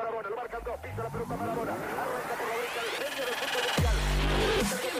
Marabona, lo marcan dos, pisa la pelota Marabona, arranca por la derecha el genio del fútbol mundial.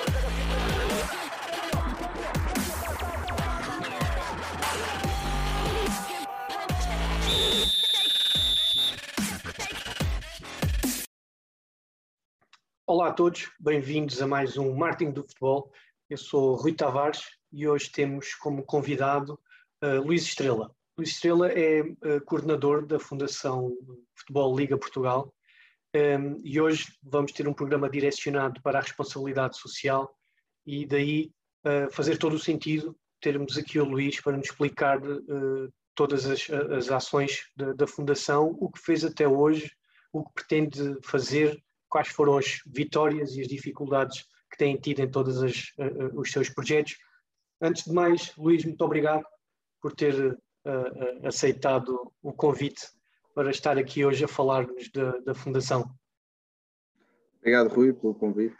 Olá a todos, bem-vindos a mais um Marketing do Futebol. Eu sou Rui Tavares e hoje temos como convidado Luís Estrela. Luís Estrela é coordenador da Fundação Futebol Liga Portugal e hoje vamos ter um programa direcionado para a responsabilidade social e daí fazer todo o sentido termos aqui o Luís para nos explicar todas as ações da Fundação, o que fez até hoje, o que pretende fazer, quais foram as vitórias e as dificuldades que têm tido em todos os seus projetos. Antes de mais, Luís, muito obrigado por ter aceitado o convite para estar aqui hoje a falar-nos da Fundação. Obrigado, Rui, pelo convite.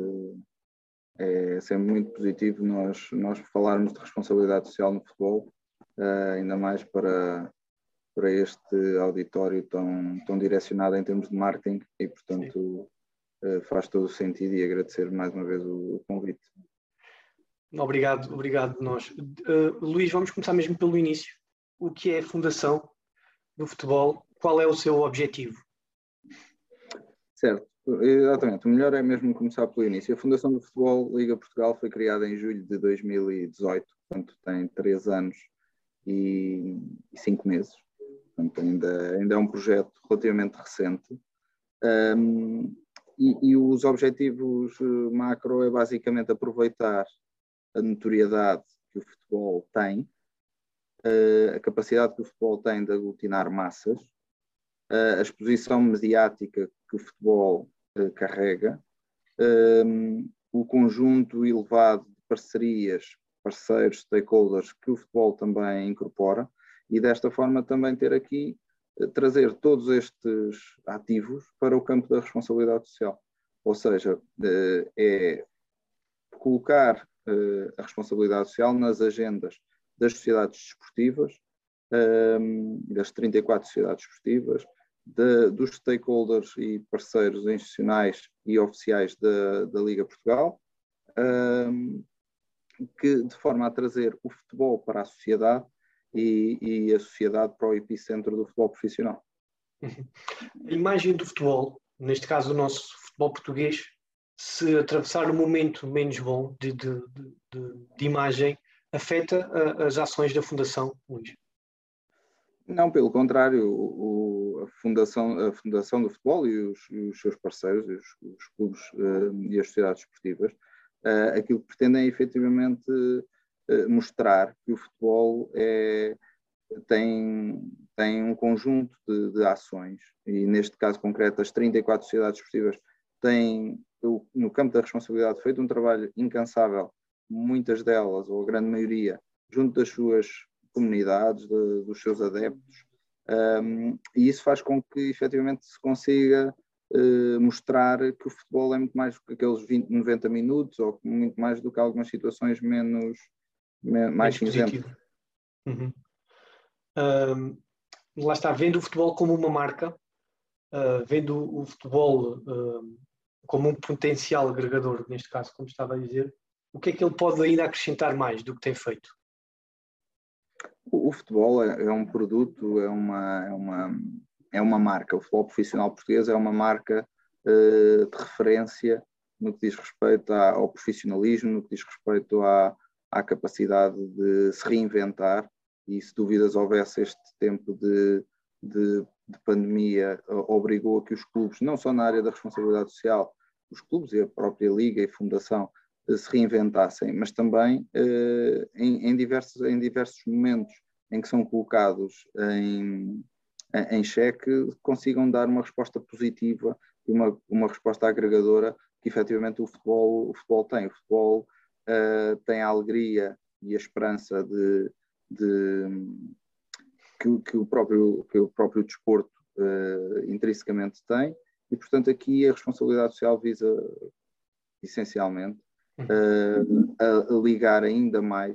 É sempre muito positivo nós falarmos de responsabilidade social no futebol, ainda mais para este auditório tão direcionado em termos de marketing e, portanto, faz todo o sentido e agradecer mais uma vez o convite. Obrigado nós. Luís, vamos começar mesmo pelo início. O que é a Fundação do Futebol? Qual é o seu objetivo? Certo, exatamente. O melhor é mesmo começar pelo início. A Fundação do Futebol Liga Portugal foi criada em julho de 2018, portanto tem 3 anos e 5 meses. Portanto, ainda é um projeto relativamente recente. E os objetivos macro é basicamente aproveitar a notoriedade que o futebol tem, a capacidade que o futebol tem de aglutinar massas, a exposição mediática que o futebol carrega, o conjunto elevado de parcerias, parceiros, stakeholders que o futebol também incorpora, e desta forma também ter aqui, trazer todos estes ativos para o campo da responsabilidade social. Ou seja, é colocar a responsabilidade social nas agendas das sociedades desportivas, das 34 sociedades desportivas, dos stakeholders e parceiros institucionais e oficiais da Liga Portugal, que de forma a trazer o futebol para a sociedade e a sociedade para o epicentro do futebol profissional. A imagem do futebol, neste caso o nosso futebol português, se atravessar um momento menos bom de imagem, afeta as ações da Fundação, Luís? Não, pelo contrário, a Fundação do Futebol e os seus parceiros, os clubes e as sociedades desportivas, aquilo que pretendem é efetivamente mostrar que o futebol tem um conjunto de ações, e neste caso concreto as 34 sociedades desportivas têm, no campo da responsabilidade, feito um trabalho incansável, muitas delas, ou a grande maioria, junto das suas comunidades, dos seus adeptos, e isso faz com que efetivamente se consiga mostrar que o futebol é muito mais do que aqueles 90 minutos, ou muito mais do que algumas situações mais cinzentas. Uhum. Lá está, vendo o futebol como uma marca, vendo o futebol como um potencial agregador, neste caso, como estava a dizer, o que é que ele pode ainda acrescentar mais do que tem feito? O futebol é um produto, é uma marca. O futebol profissional português é uma marca de referência no que diz respeito ao profissionalismo, no que diz respeito à capacidade de se reinventar, e se dúvidas houvesse, este tempo de pandemia obrigou a que os clubes, não só na área da responsabilidade social, os clubes e a própria Liga e Fundação se reinventassem, mas também em diversos momentos em que são colocados em xeque, consigam dar uma resposta positiva e uma resposta agregadora que efetivamente o futebol tem. O futebol tem a alegria e a esperança que o próprio desporto intrinsecamente tem, e portanto aqui a responsabilidade social visa essencialmente a linkar ainda mais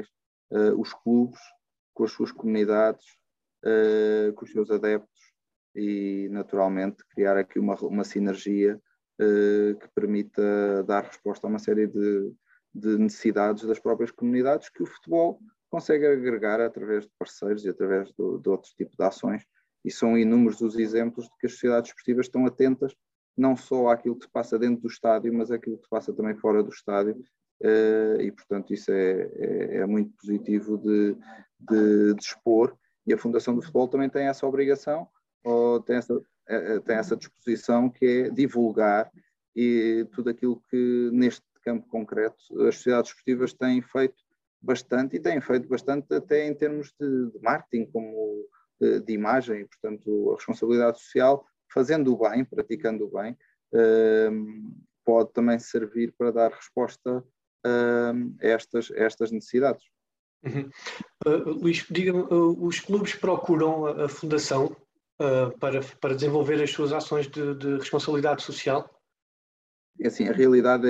os clubes com as suas comunidades, com os seus adeptos, e naturalmente criar aqui uma sinergia que permita dar resposta a uma série de necessidades das próprias comunidades que o futebol consegue agregar através de parceiros e através de outros tipos de ações, e são inúmeros os exemplos de que as sociedades esportivas estão atentas não só àquilo que se passa dentro do estádio, mas àquilo que se passa também fora do estádio, e portanto isso é muito positivo de expor, e a Fundação do Futebol também tem essa obrigação, ou tem essa disposição, que é divulgar e tudo aquilo que neste campo concreto as sociedades esportivas têm feito bastante, e têm feito bastante até em termos de marketing, como de imagem, e portanto a responsabilidade social, fazendo o bem, praticando o bem, pode também servir para dar resposta a estas necessidades. Uhum. Luís, diga-me, os clubes procuram a Fundação para desenvolver as suas ações de responsabilidade social? Assim, a realidade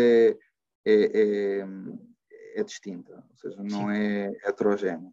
é distinta, ou seja, não é heterogénea.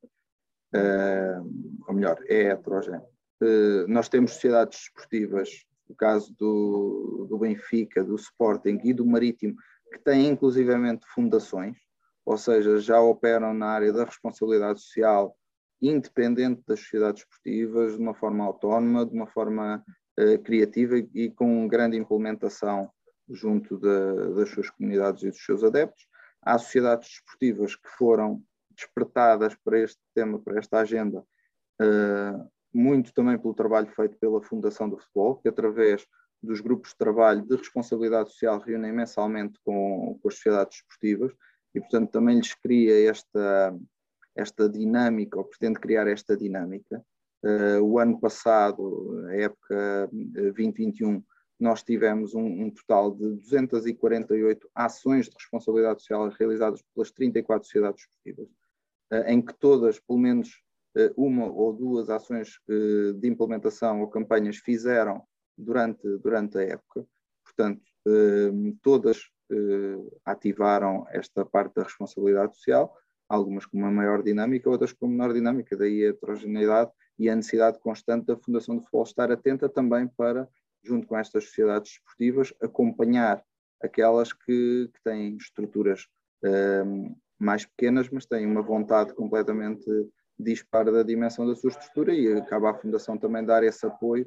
Ou melhor, é heterogénea. Nós temos sociedades desportivas, no caso do Benfica, do Sporting e do Marítimo, que têm inclusivamente fundações, ou seja, já operam na área da responsabilidade social, independente das sociedades esportivas, de uma forma autónoma, de uma forma criativa e com grande implementação junto das suas comunidades e dos seus adeptos. Há sociedades desportivas que foram despertadas para este tema, para esta agenda, muito também pelo trabalho feito pela Fundação do Futebol, que através dos grupos de trabalho de responsabilidade social reúnem mensalmente com as sociedades desportivas, e portanto também lhes cria esta dinâmica, ou pretende criar esta dinâmica. O ano passado, a época 2021, nós tivemos um total de 248 ações de responsabilidade social realizadas pelas 34 sociedades esportivas, em que todas, pelo menos uma ou duas ações de implementação ou campanhas fizeram durante a época. Portanto, todas ativaram esta parte da responsabilidade social, algumas com uma maior dinâmica, outras com menor dinâmica, daí a heterogeneidade e a necessidade constante da Fundação do Futebol estar atenta também para, junto com estas sociedades esportivas, acompanhar aquelas que têm estruturas mais pequenas, mas têm uma vontade completamente dispara da dimensão da sua estrutura, e acaba a Fundação também dar esse apoio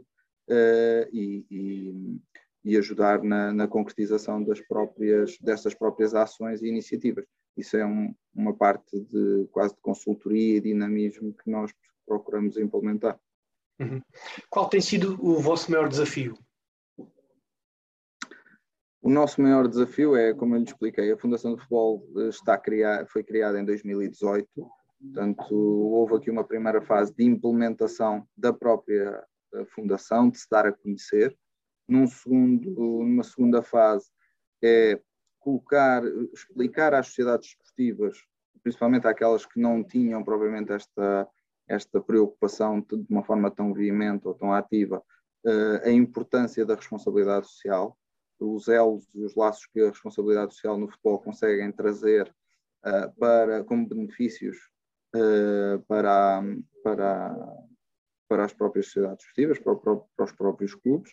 e ajudar na concretização dessas próprias ações e iniciativas. Isso é uma parte quase de consultoria e dinamismo que nós procuramos implementar. Uhum. Qual tem sido o vosso maior desafio? O nosso maior desafio é, como eu lhe expliquei, a Fundação do Futebol foi criada em 2018, portanto houve aqui uma primeira fase de implementação da própria Fundação, de se dar a conhecer. Numa segunda fase é explicar às sociedades esportivas, principalmente àquelas que não tinham propriamente esta preocupação de uma forma tão veemente ou tão ativa, a importância da responsabilidade social, os elos e os laços que a responsabilidade social no futebol conseguem trazer como benefícios para as próprias sociedades esportivas, para os próprios clubes.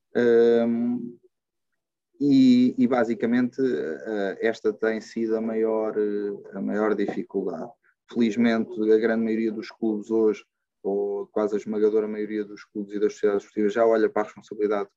E basicamente esta tem sido a maior dificuldade. Felizmente a grande maioria dos clubes hoje, ou quase a esmagadora maioria dos clubes e das sociedades esportivas, já olha para a responsabilidade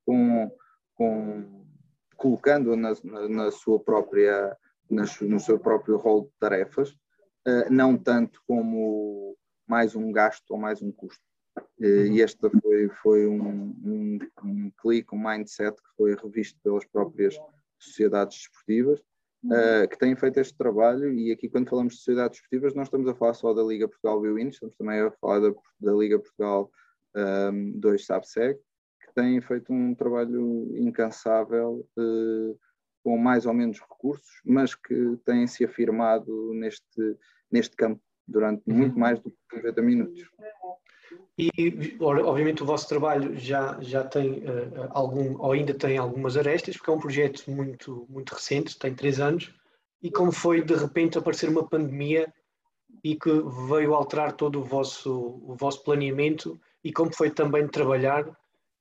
colocando-a no seu próprio rol de tarefas, não tanto como mais um gasto ou mais um custo. E este foi um clique, um mindset que foi revisto pelas próprias sociedades desportivas, que têm feito este trabalho. E aqui, quando falamos de sociedades desportivas, não estamos a falar só da Liga Portugal Bwins, estamos também a falar da Liga Portugal 2 SABSEG, que têm feito um trabalho incansável, com mais ou menos recursos, mas que têm se afirmado neste campo durante muito mais do que 90 minutos. E, obviamente, o vosso trabalho já tem ou ainda tem algumas arestas, porque é um projeto muito, muito recente, tem 3 anos, e como foi de repente aparecer uma pandemia e que veio alterar todo o vosso planeamento, e como foi também trabalhar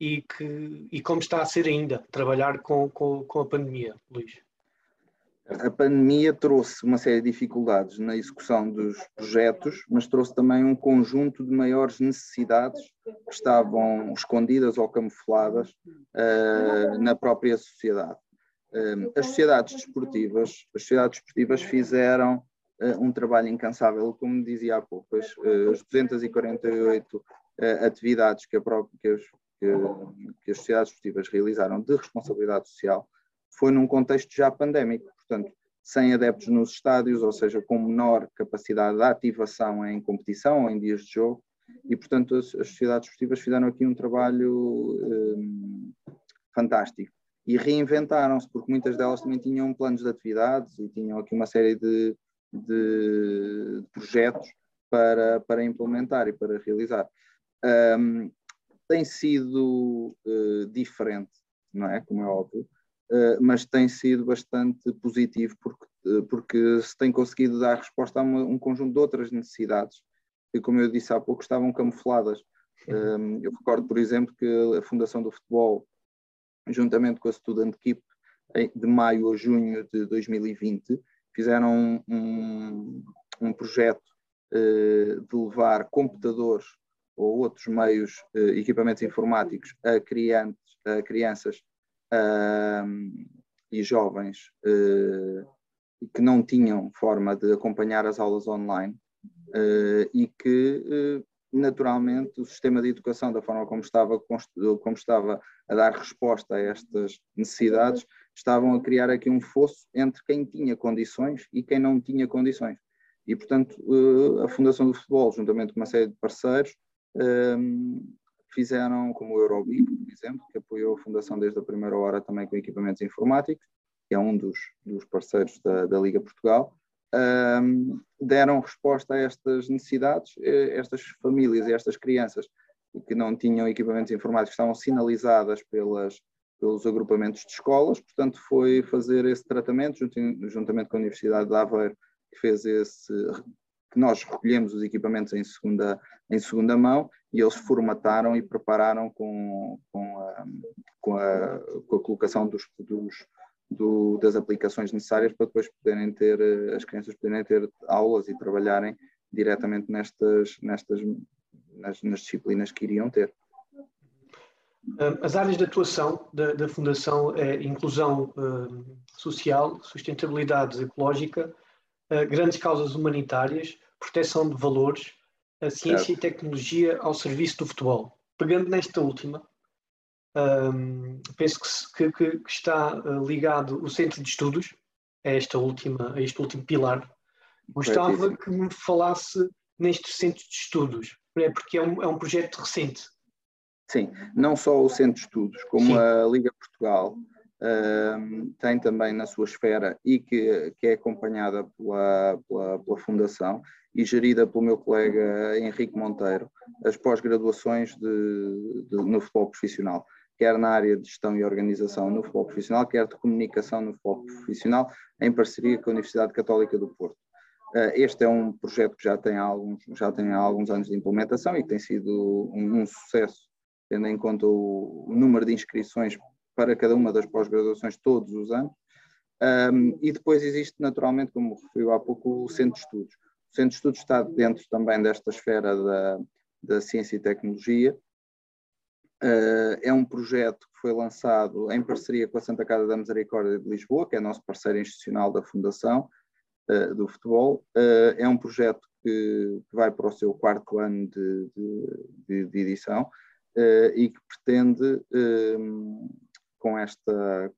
e como está a ser ainda trabalhar com a pandemia, Luís? A pandemia trouxe uma série de dificuldades na execução dos projetos, mas trouxe também um conjunto de maiores necessidades que estavam escondidas ou camufladas na própria sociedade. As sociedades desportivas fizeram um trabalho incansável, como dizia há pouco, as 248 atividades que as sociedades desportivas realizaram de responsabilidade social foi num contexto já pandémico, portanto, sem adeptos nos estádios, ou seja, com menor capacidade de ativação em competição ou em dias de jogo, e, portanto, as sociedades desportivas fizeram aqui um trabalho fantástico. E reinventaram-se, porque muitas delas também tinham planos de atividades e tinham aqui uma série de projetos para implementar e para realizar. Tem sido diferente, não é? Como é óbvio, mas tem sido bastante positivo porque se tem conseguido dar resposta a um conjunto de outras necessidades que, como eu disse há pouco, estavam camufladas. Eu recordo, por exemplo, que a Fundação do Futebol, juntamente com a Student Keep, de maio a junho de 2020, fizeram um projeto de levar computadores ou outros meios, equipamentos informáticos a crianças e jovens que não tinham forma de acompanhar as aulas online e que naturalmente o sistema de educação, da forma como estava a dar resposta a estas necessidades, estavam a criar aqui um fosso entre quem tinha condições e quem não tinha condições. E, portanto, a Fundação do Futebol, juntamente com uma série de parceiros, fizeram, como o Eurobig, por exemplo, que apoiou a Fundação desde a primeira hora também com equipamentos informáticos, que é um dos parceiros da Liga Portugal, deram resposta a estas necessidades. Estas famílias e estas crianças que não tinham equipamentos informáticos estavam sinalizadas pelos agrupamentos de escolas, portanto foi fazer esse tratamento juntamente com a Universidade de Aveiro, que nós recolhemos os equipamentos em segunda mão e eles formataram e prepararam com a colocação das aplicações necessárias para depois as crianças poderem ter aulas e trabalharem diretamente nas disciplinas que iriam ter. As áreas de atuação da Fundação é inclusão social, sustentabilidade ecológica, grandes causas humanitárias, proteção de valores, a ciência e tecnologia ao serviço do futebol. Pegando nesta última, penso que está ligado o centro de estudos a este último pilar. Gostava que me falasse neste centro de estudos, porque é um projeto recente. Sim, não só o centro de estudos, como a Liga Portugal tem também na sua esfera e que é acompanhada pela Fundação e gerida pelo meu colega Henrique Monteiro, as pós-graduações no futebol profissional, quer na área de gestão e organização no futebol profissional, quer de comunicação no futebol profissional, em parceria com a Universidade Católica do Porto. Este é um projeto que já tem alguns anos de implementação e que tem sido um sucesso, tendo em conta o número de inscrições para cada uma das pós-graduações todos os anos. E depois existe, naturalmente, como referiu há pouco, o Centro de Estudos. O Centro de Estudos está dentro também desta esfera da ciência e tecnologia. É um projeto que foi lançado em parceria com a Santa Casa da Misericórdia de Lisboa, que é nosso parceiro institucional da Fundação do Futebol. É um projeto que vai para o seu 4º ano de edição e que pretende, com esta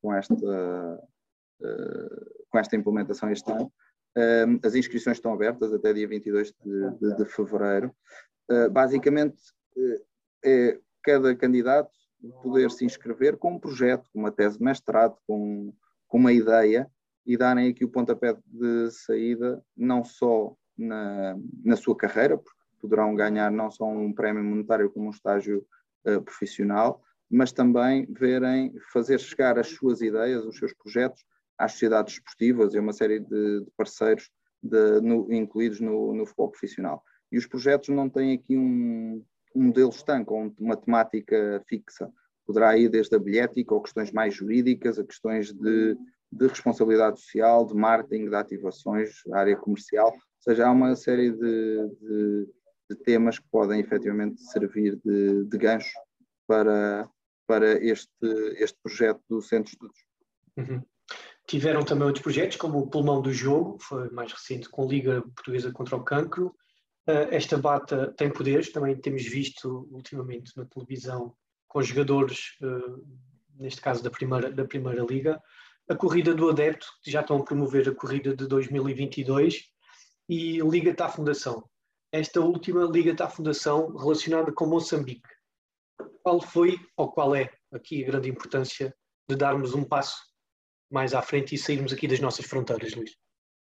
implementação este ano, as inscrições estão abertas até dia 22 de fevereiro. Basicamente, é cada candidato poder se inscrever com um projeto, com uma tese de mestrado, com uma ideia, e darem aqui o pontapé de saída, não só na sua carreira, porque poderão ganhar não só um prémio monetário como um estágio profissional, mas também fazer chegar as suas ideias, os seus projetos às sociedades desportivas e a uma série de parceiros incluídos no futebol profissional. E os projetos não têm aqui um modelo estanque ou uma temática fixa. Poderá ir desde a bilhética ou questões mais jurídicas, a questões de responsabilidade social, de marketing, de ativações, área comercial. Ou seja, há uma série de temas que podem efetivamente servir de gancho para este projeto do Centro de Estudos. Uhum. Tiveram também outros projetos, como o Pulmão do Jogo, foi mais recente, com a Liga Portuguesa contra o Cancro. Esta bata tem poderes, também temos visto ultimamente na televisão com jogadores, neste caso da primeira Liga. A Corrida do Adepto, que já estão a promover a corrida de 2022, e Liga-te à Fundação. Esta última Liga-te à Fundação relacionada com Moçambique. Qual foi, ou qual é, aqui a grande importância de darmos um passo mais à frente e sairmos aqui das nossas fronteiras, Luís?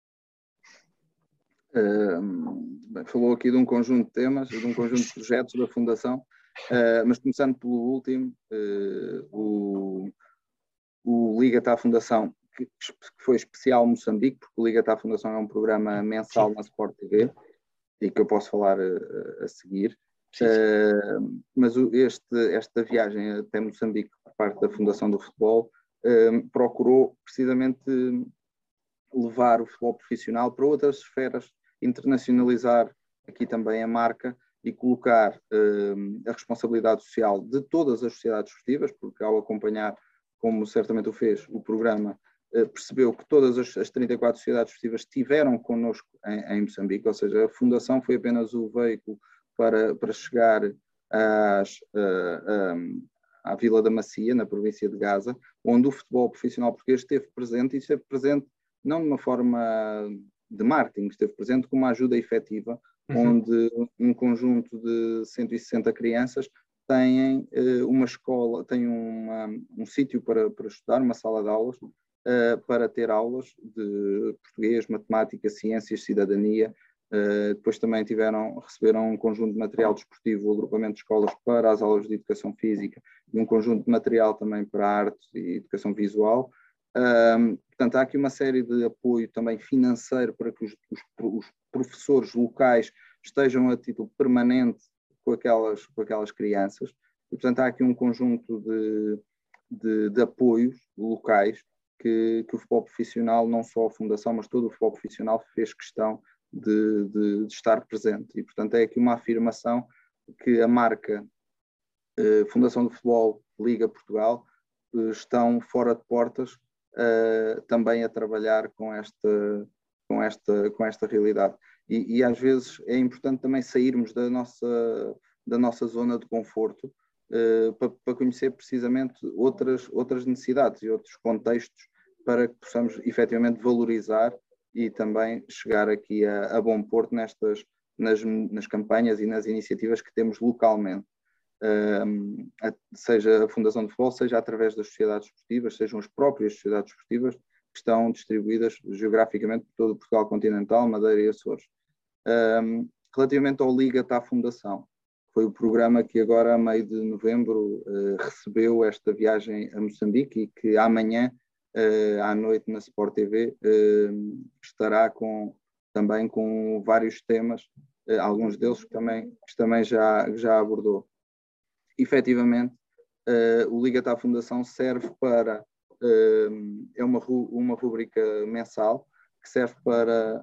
Bem, falou aqui de um conjunto de temas, de um conjunto de projetos da Fundação, mas começando pelo último, o Liga-te à Fundação, que foi especial Moçambique, porque o Liga-te à Fundação é um programa mensal na Sport TV, e que eu posso falar a seguir. Sim. Mas esta viagem até Moçambique por parte da Fundação do Futebol procurou precisamente levar o futebol profissional para outras esferas, internacionalizar aqui também a marca e colocar a responsabilidade social de todas as sociedades esportivas, porque ao acompanhar, como certamente o fez, o programa, percebeu que todas as 34 sociedades esportivas estiveram connosco em Moçambique, ou seja, a Fundação foi apenas o veículo para chegar à Vila da Macia, na província de Gaza, onde o futebol profissional português esteve presente, e esteve presente não de uma forma de marketing, esteve presente com uma ajuda efetiva, onde um conjunto de 160 crianças têm uma escola, têm um sítio para estudar, uma sala de aulas, para ter aulas de português, matemática, ciências, cidadania. Depois também receberam um conjunto de material desportivo, o agrupamento de escolas para as aulas de educação física, e um conjunto de material também para arte e educação visual. Portanto, há aqui uma série de apoio também financeiro para que os professores locais estejam a título permanente com aquelas crianças. E, portanto, há aqui um conjunto de apoios locais que o futebol profissional, não só a Fundação, mas todo o futebol profissional fez questão de estar presente. E, portanto, é aqui uma afirmação que a marca Fundação do Futebol, Liga Portugal, estão fora de portas também a trabalhar com esta realidade. E às vezes é importante também sairmos da nossa zona de conforto para conhecer precisamente outras necessidades e outros contextos, para que possamos efetivamente valorizar e também chegar aqui a bom porto nas campanhas e nas iniciativas que temos localmente. Seja a Fundação de Futebol, seja através das sociedades esportivas, sejam as próprias sociedades esportivas que estão distribuídas geograficamente por todo o Portugal continental, Madeira e Açores. Relativamente ao Liga-te à Fundação, foi o programa que agora, a meio de novembro, recebeu esta viagem a Moçambique, e que amanhã, à noite, na Sport TV, estará também com vários temas, alguns deles que também já abordou. Efetivamente, o Liga-te à Fundação serve para, é uma rubrica mensal que serve para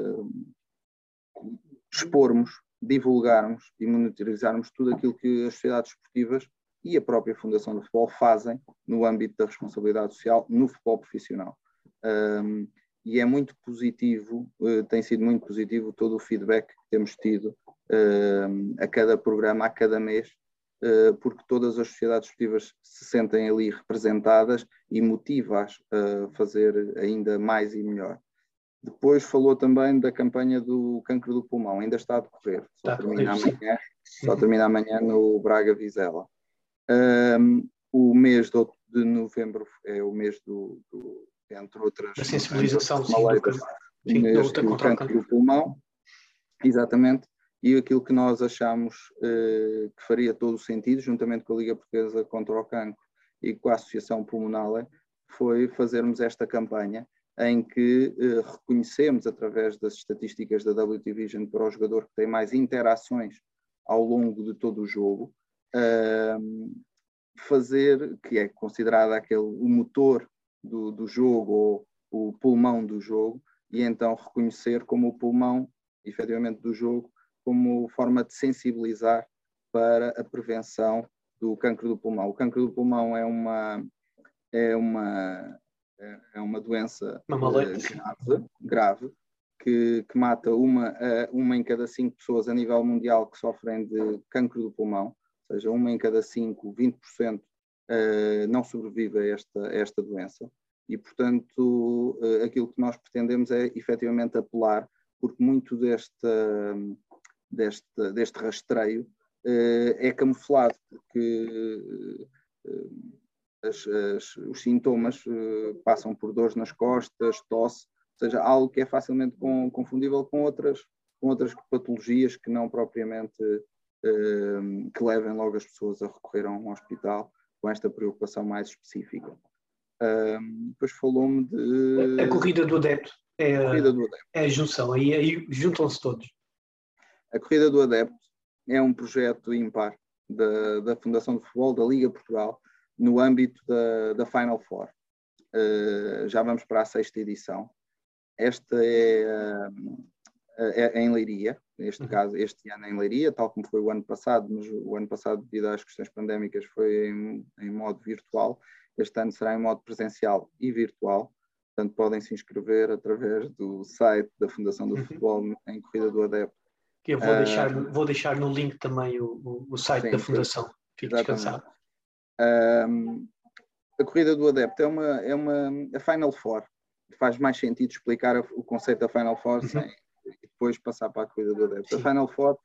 expormos, divulgarmos e monitorizarmos tudo aquilo que as sociedades esportivas e a própria Fundação do Futebol fazem no âmbito da responsabilidade social no futebol profissional. E é muito positivo, tem sido muito positivo todo o feedback que temos tido a cada programa, a cada mês, porque todas as sociedades esportivas se sentem ali representadas e motiva-as a fazer ainda mais e melhor. Depois falou também da campanha do cancro do pulmão, ainda está a decorrer, só termina amanhã no Braga Vizela. O mês de novembro é o mês entre outras, da sensibilização, do cancro do pulmão, exatamente. E aquilo que nós achamos que faria todo o sentido, juntamente com a Liga Portuguesa contra o Cancro e com a Associação Pulmonale, foi fazermos esta campanha em que reconhecemos, através das estatísticas da WT Vision, para o jogador que tem mais interações ao longo de todo o jogo, fazer, que é considerado o motor do jogo ou o pulmão do jogo, e então reconhecer como o pulmão, efetivamente, do jogo, como forma de sensibilizar para a prevenção do cancro do pulmão. O cancro do pulmão é uma doença grave que mata uma em cada 5 pessoas a nível mundial que sofrem de cancro do pulmão, ou seja, uma em cada 5, 20% não sobrevive a esta doença. E, portanto, aquilo que nós pretendemos é efetivamente apelar, porque muito deste rastreio é camuflado, porque os sintomas passam por dores nas costas, tosse, ou seja, algo que é facilmente confundível com outras patologias que não propriamente que levem logo as pessoas a recorrer a um hospital com esta preocupação mais específica. Depois falou-me de... A corrida do adepto é a junção, aí juntam-se todos. A corrida do adepto é um projeto ímpar da Fundação de Futebol, da Liga Portugal, no âmbito da Final Four. Já vamos para a 6ª edição. Esta é em Leiria, neste caso, este ano em Leiria, tal como foi o ano passado, mas o ano passado, devido às questões pandémicas, foi em modo virtual. Este ano será em modo presencial e virtual, portanto podem se inscrever através do site da Fundação do Futebol em Corrida do Adepto. Que eu vou deixar no link também o site da Fundação. Fique descansado. A Corrida do Adepto a Final Four. Faz mais sentido explicar o conceito da Final Four e depois passar para a Corrida do Adepto. Sim. A Final Four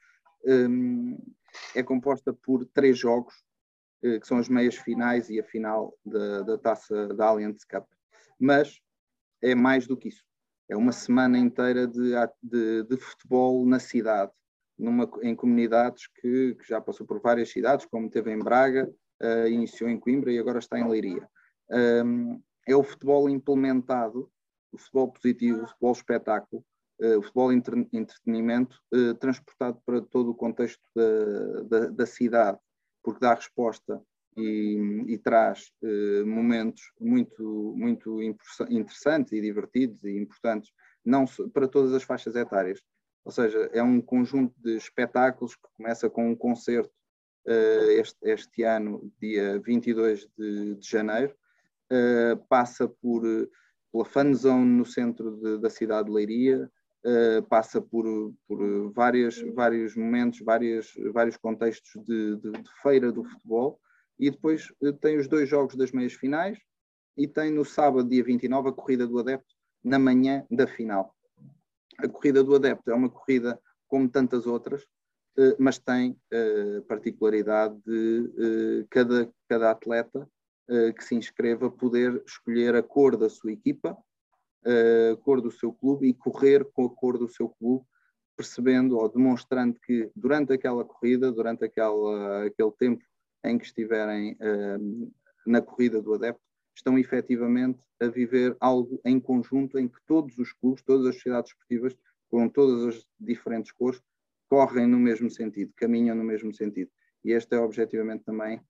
é composta por 3 jogos, que são as meias finais e a final da taça da Allianz Cup. Mas é mais do que isso. É uma semana inteira de futebol na cidade, em comunidades que já passou por várias cidades, como teve em Braga, iniciou em Coimbra e agora está em Leiria. É o futebol implementado, o futebol positivo, o futebol espetáculo, o futebol entretenimento, transportado para todo o contexto da cidade, porque dá resposta e traz momentos muito, muito interessantes e divertidos e importantes, não para todas as faixas etárias. Ou seja, é um conjunto de espetáculos que começa com um concerto este ano, dia 22 de janeiro, passa pela Fan Zone no centro da cidade de Leiria, passa por vários momentos, vários contextos de feira do futebol, e depois tem os 2 jogos das meias finais e tem no sábado, dia 29, a Corrida do Adepto, na manhã da final. A Corrida do Adepto é uma corrida como tantas outras, mas tem particularidade de cada atleta que se inscreva poder escolher a cor da sua equipa, a cor do seu clube e correr com a cor do seu clube, percebendo ou demonstrando que durante aquela corrida, durante aquele tempo em que estiverem na Corrida do Adepto, estão efetivamente a viver algo em conjunto em que todos os clubes, todas as sociedades esportivas, com todas as diferentes cores, correm no mesmo sentido, caminham no mesmo sentido. E esta é objetivamente também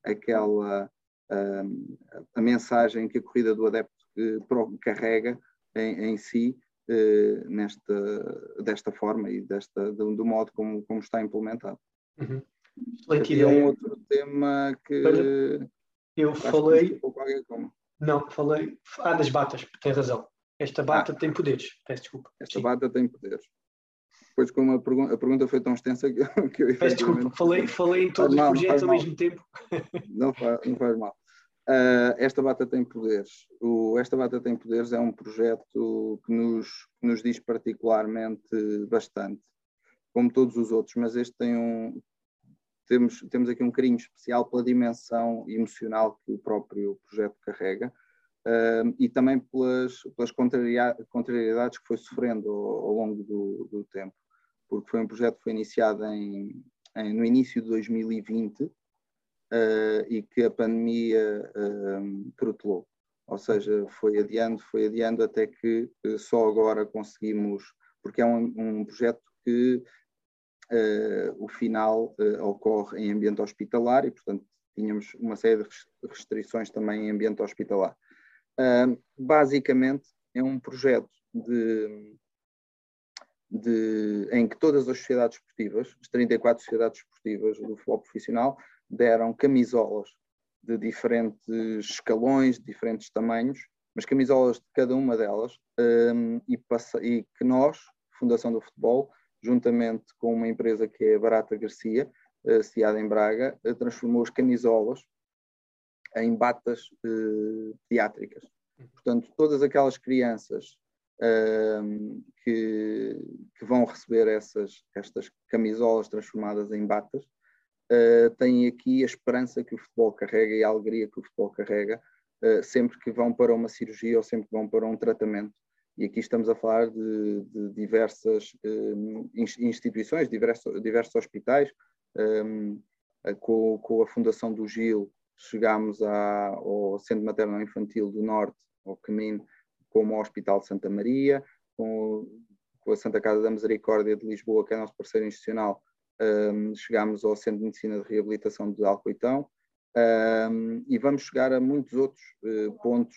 a mensagem que a Corrida do Adepto carrega em si, desta forma e do modo como está implementado. Aqui é um outro tema que eu falei. Falei das batas, tem razão. Esta bata tem poderes, peço desculpa. Esta bata tem poderes. Depois, como a pergunta foi tão extensa que eu peço desculpa, falei em todos os projetos ao mesmo tempo. Não faz mal. Esta bata tem poderes. Esta bata tem poderes é um projeto que nos diz particularmente bastante, como todos os outros, mas este tem temos aqui um carinho especial pela dimensão emocional que o próprio projeto carrega, e também pelas contrariedades que foi sofrendo ao longo do tempo, porque foi um projeto que foi iniciado no início de 2020, e que a pandemia protelou. Ou seja, foi adiando até que só agora conseguimos, porque é um projeto que o final ocorre em ambiente hospitalar e, portanto, tínhamos uma série de restrições também em ambiente hospitalar. Basicamente, é um projeto em que todas as sociedades esportivas, as 34 sociedades esportivas do futebol profissional, deram camisolas de diferentes escalões, de diferentes tamanhos, mas camisolas de cada uma delas, e que nós, Fundação do Futebol, juntamente com uma empresa que é a Barata Garcia, sediada em Braga, transformou as camisolas em batas pediátricas. Portanto, todas aquelas crianças que vão receber estas camisolas transformadas em batas têm aqui a esperança que o futebol carrega e a alegria que o futebol carrega sempre que vão para uma cirurgia ou sempre que vão para um tratamento. E aqui estamos a falar de diversas instituições, diversos hospitais. Com a Fundação do Gil chegámos ao Centro Materno Infantil do Norte, ao Camino, como ao Hospital de Santa Maria, com a Santa Casa da Misericórdia de Lisboa, que é nosso parceiro institucional, chegámos ao Centro de Medicina de Reabilitação de Alcoitão, e vamos chegar a muitos outros pontos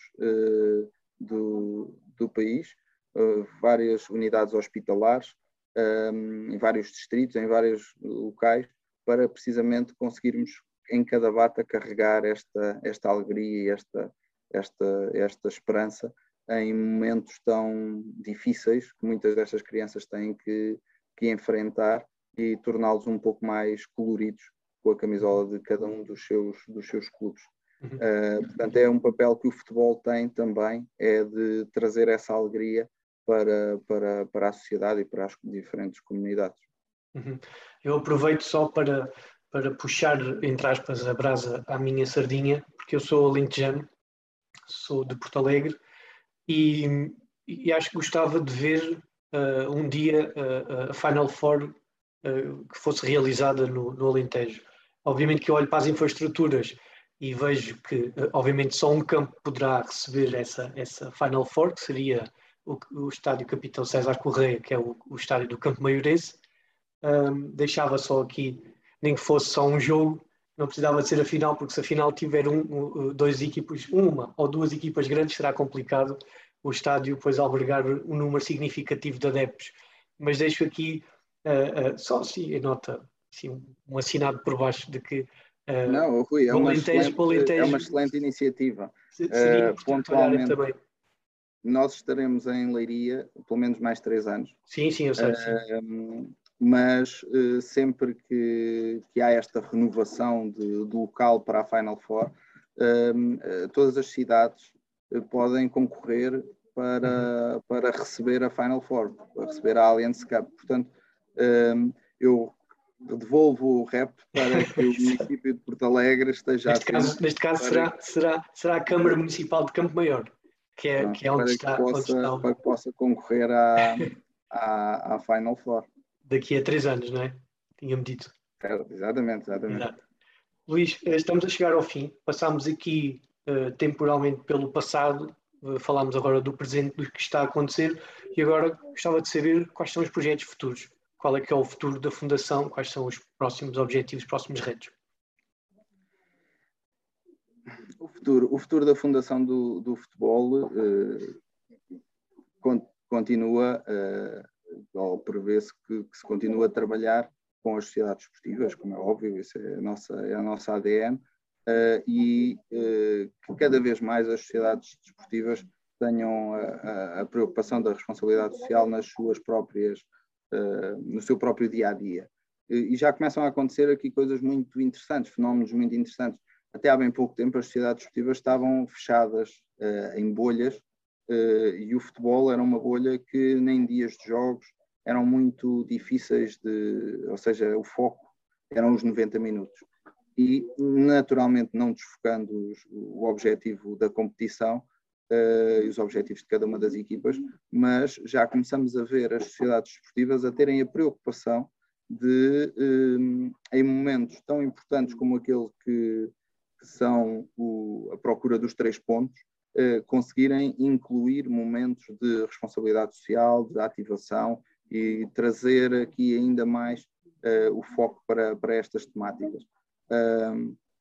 do país, várias unidades hospitalares, em vários distritos, em vários locais, para precisamente conseguirmos em cada bata carregar esta alegria e esta esperança em momentos tão difíceis que muitas destas crianças têm que enfrentar, e torná-los um pouco mais coloridos com a camisola de cada um dos seus clubes. Portanto, é um papel que o futebol tem também, é de trazer essa alegria para a sociedade e para as diferentes comunidades. Eu aproveito só para puxar, entre aspas, a brasa à minha sardinha, porque eu sou alentejano, sou de Porto Alegre, e acho que gostava de ver um dia a Final Four que fosse realizada no Alentejo. Obviamente que eu olho para as infraestruturas e vejo que, obviamente, só um campo poderá receber essa Final Four, que seria o estádio Capitão César Correia, que é o estádio do Campo Maiorense. Deixava só aqui, nem que fosse só um jogo, não precisava de ser a final, porque se a final tiver uma ou duas equipas grandes, será complicado o estádio depois albergar um número significativo de adeptos. Mas deixo aqui só assim, nota assim, um assinado por baixo de que não, Rui, é uma excelente iniciativa. Seria pontualmente também. Nós estaremos em Leiria pelo menos mais 3 anos. Sim, eu sei. Mas sempre que há esta renovação do local para a Final Four, todas as cidades podem concorrer para receber a Final Four, para receber a Allianz Cup. Portanto, eu devolvo o rep para que o município de Porto Alegre esteja neste caso será a Câmara Municipal de Campo Maior, que é onde está. Para que possa concorrer à Final Four. Daqui a 3 anos, não é? Tinha-me dito. Exatamente. Exato. Luís, estamos a chegar ao fim. Passámos aqui temporalmente pelo passado, falámos agora do presente, do que está a acontecer, e agora gostava de saber quais são os projetos futuros. Qual é que é o futuro da Fundação? Quais são os próximos objetivos, os próximos retos? O futuro da Fundação do Futebol continua, ou prevê-se que se continua a trabalhar com as sociedades esportivas, como é óbvio, isso é a nossa ADN, e que cada vez mais as sociedades desportivas tenham a preocupação da responsabilidade social nas suas próprias, no seu próprio dia-a-dia. E já começam a acontecer aqui coisas muito interessantes, fenómenos muito interessantes. Até há bem pouco tempo as sociedades esportivas estavam fechadas em bolhas, e o futebol era uma bolha que nem dias de jogos eram muito difíceis ou seja, o foco eram os 90 minutos. E naturalmente não desfocando o objetivo da competição e os objetivos de cada uma das equipas, mas já começamos a ver as sociedades esportivas a terem a preocupação de, em momentos tão importantes como aquele que são a procura dos 3 pontos, conseguirem incluir momentos de responsabilidade social, de ativação, e trazer aqui ainda mais o foco para estas temáticas.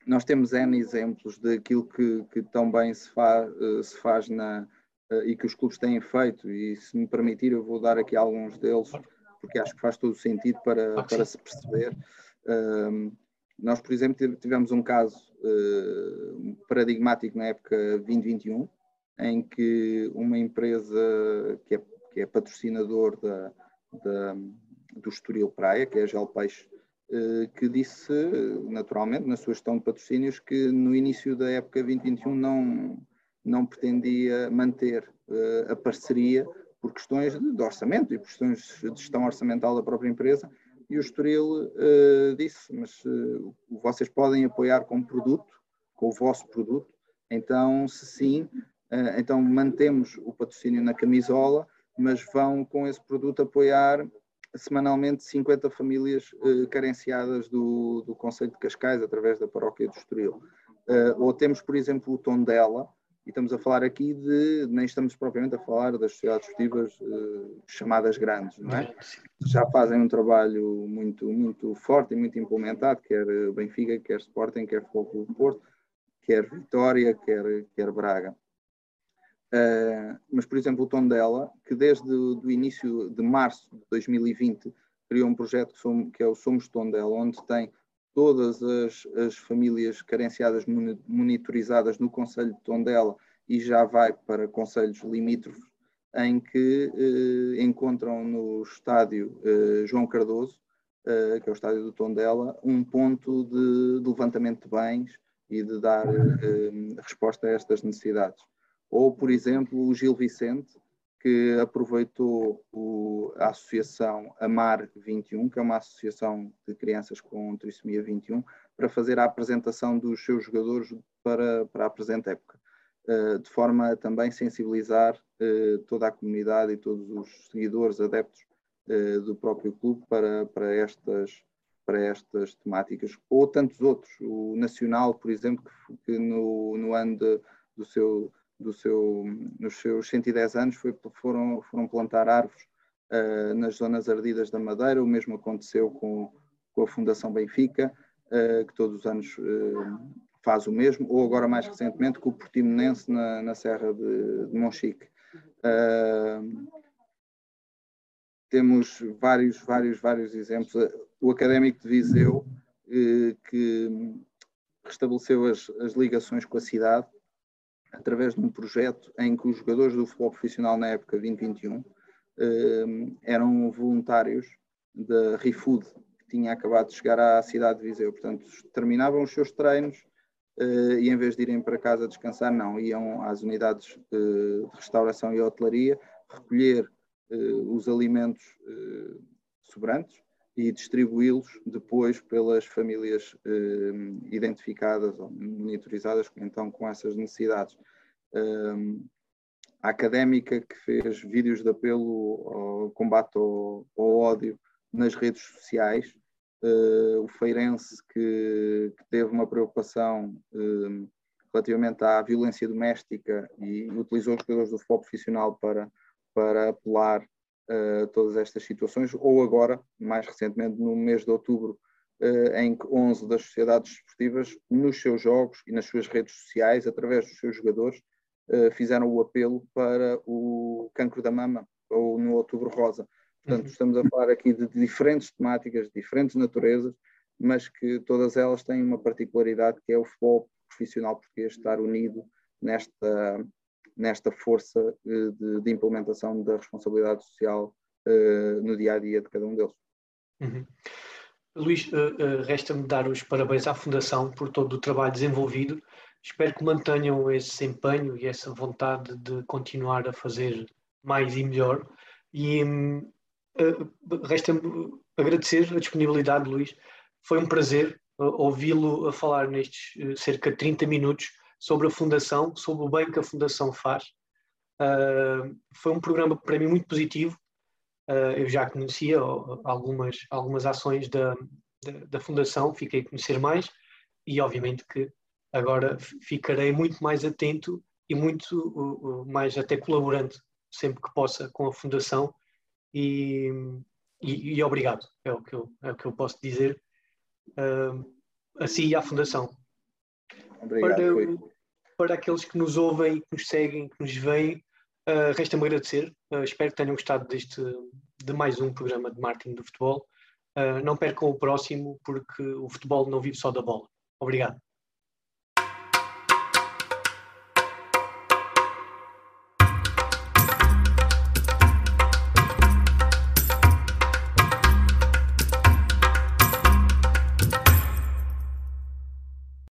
nós temos N exemplos daquilo que tão bem se faz e que os clubes têm feito, e se me permitir eu vou dar aqui alguns deles, porque acho que faz todo o sentido para se perceber. Nós, por exemplo, tivemos um caso paradigmático na época 2021, em que uma empresa que é patrocinador do Estoril Praia, que é a Gel Peixe, que disse, naturalmente, na sua gestão de patrocínios, que no início da época 2021 não pretendia manter a parceria por questões de orçamento e por questões de gestão orçamental da própria empresa, e o Estoril disse, mas vocês podem apoiar com o vosso produto, então se sim, então mantemos o patrocínio na camisola, mas vão com esse produto apoiar semanalmente 50 famílias carenciadas do concelho de Cascais, através da paróquia do Estoril. Ou temos, por exemplo, o Tondela, e estamos a falar aqui nem estamos propriamente a falar das sociedades esportivas chamadas grandes, não é? Já fazem um trabalho muito, muito forte e muito implementado, quer Benfica, quer Sporting, quer Futebol Clube do Porto, quer Vitória, quer Braga. Mas, por exemplo, o Tondela, que desde o início de março de 2020 criou um projeto que é o Somos Tondela, onde tem todas as famílias carenciadas monitorizadas no concelho de Tondela e já vai para concelhos limítrofes, em que encontram no estádio João Cardoso, que é o estádio do Tondela, um ponto de levantamento de bens e de dar resposta a estas necessidades. Ou, por exemplo, o Gil Vicente, que aproveitou a associação Amar 21, que é uma associação de crianças com trissomia 21, para fazer a apresentação dos seus jogadores para a presente época, de forma a também sensibilizar toda a comunidade e todos os seguidores, adeptos do próprio clube para estas temáticas. Ou tantos outros. O Nacional, por exemplo, que no ano nos seus 110 anos foram plantar árvores nas zonas ardidas da Madeira. O mesmo aconteceu com a Fundação Benfica, que todos os anos faz o mesmo, ou agora mais recentemente com o Portimonense na Serra de Monchique. Temos vários exemplos. O Académico de Viseu, que restabeleceu as ligações com a cidade, através de um projeto em que os jogadores do futebol profissional na época 2021 eram voluntários da ReFood, que tinha acabado de chegar à cidade de Viseu. Portanto, terminavam os seus treinos e em vez de irem para casa descansar, não, iam às unidades de restauração e hotelaria recolher os alimentos sobrantes e distribuí-los depois pelas famílias identificadas ou monitorizadas, então, com essas necessidades. A Académica, que fez vídeos de apelo ao combate ao ódio nas redes sociais. O Feirense, que teve uma preocupação relativamente à violência doméstica e utilizou os jogadores do futebol profissional para apelar todas estas situações, ou agora, mais recentemente, no mês de outubro, em que 11 das sociedades esportivas, nos seus jogos e nas suas redes sociais, através dos seus jogadores, fizeram o apelo para o cancro da mama, ou no Outubro Rosa. Portanto, estamos a falar aqui de diferentes temáticas, de diferentes naturezas, mas que todas elas têm uma particularidade, que é o futebol profissional português estar unido nesta força de implementação da responsabilidade social no dia-a-dia de cada um deles. Luís, resta-me dar os parabéns à Fundação por todo o trabalho desenvolvido. Espero que mantenham esse empenho e essa vontade de continuar a fazer mais e melhor. E resta-me agradecer a disponibilidade, Luís. Foi um prazer ouvi-lo a falar nestes cerca de 30 minutos sobre a Fundação, sobre o bem que a Fundação faz. Foi um programa para mim muito positivo. Eu já conhecia algumas ações da Fundação, fiquei a conhecer mais e obviamente que agora ficarei muito mais atento e muito mais até colaborante sempre que possa com a Fundação e obrigado, é o que eu posso dizer a si e à Fundação. Obrigado. Para aqueles que nos ouvem, que nos seguem, que nos veem, resta-me agradecer. Espero que tenham gostado de mais um programa de marketing do futebol. Não percam o próximo, porque o futebol não vive só da bola. Obrigado.